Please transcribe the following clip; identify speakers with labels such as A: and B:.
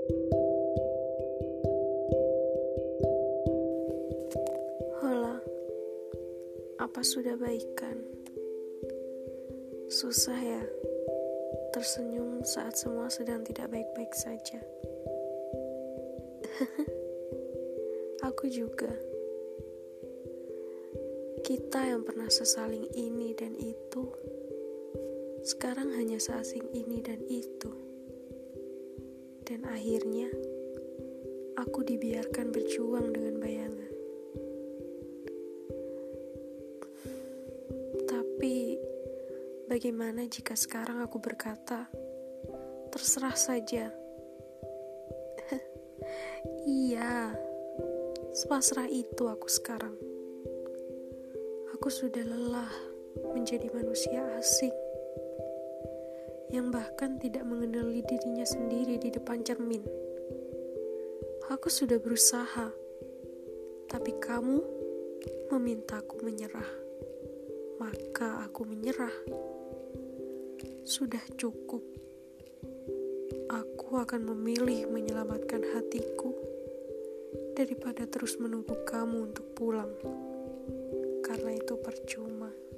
A: Hola, apa sudah baikan? Susah ya, tersenyum saat semua sedang tidak baik-baik saja. Aku juga. Kita yang pernah sesaling ini dan itu, sekarang hanya seasing ini dan itu. Dan akhirnya, aku dibiarkan berjuang dengan bayangan. Tapi, bagaimana jika sekarang aku berkata, terserah saja. Iya, sepasrah itu aku sekarang. Aku sudah lelah menjadi manusia asing yang bahkan tidak mengenali dirinya sendiri di depan cermin. Aku sudah berusaha, tapi kamu memintaku menyerah. Maka aku menyerah. Sudah cukup. Aku akan memilih menyelamatkan hatiku daripada terus menunggu kamu untuk pulang. Karena itu percuma.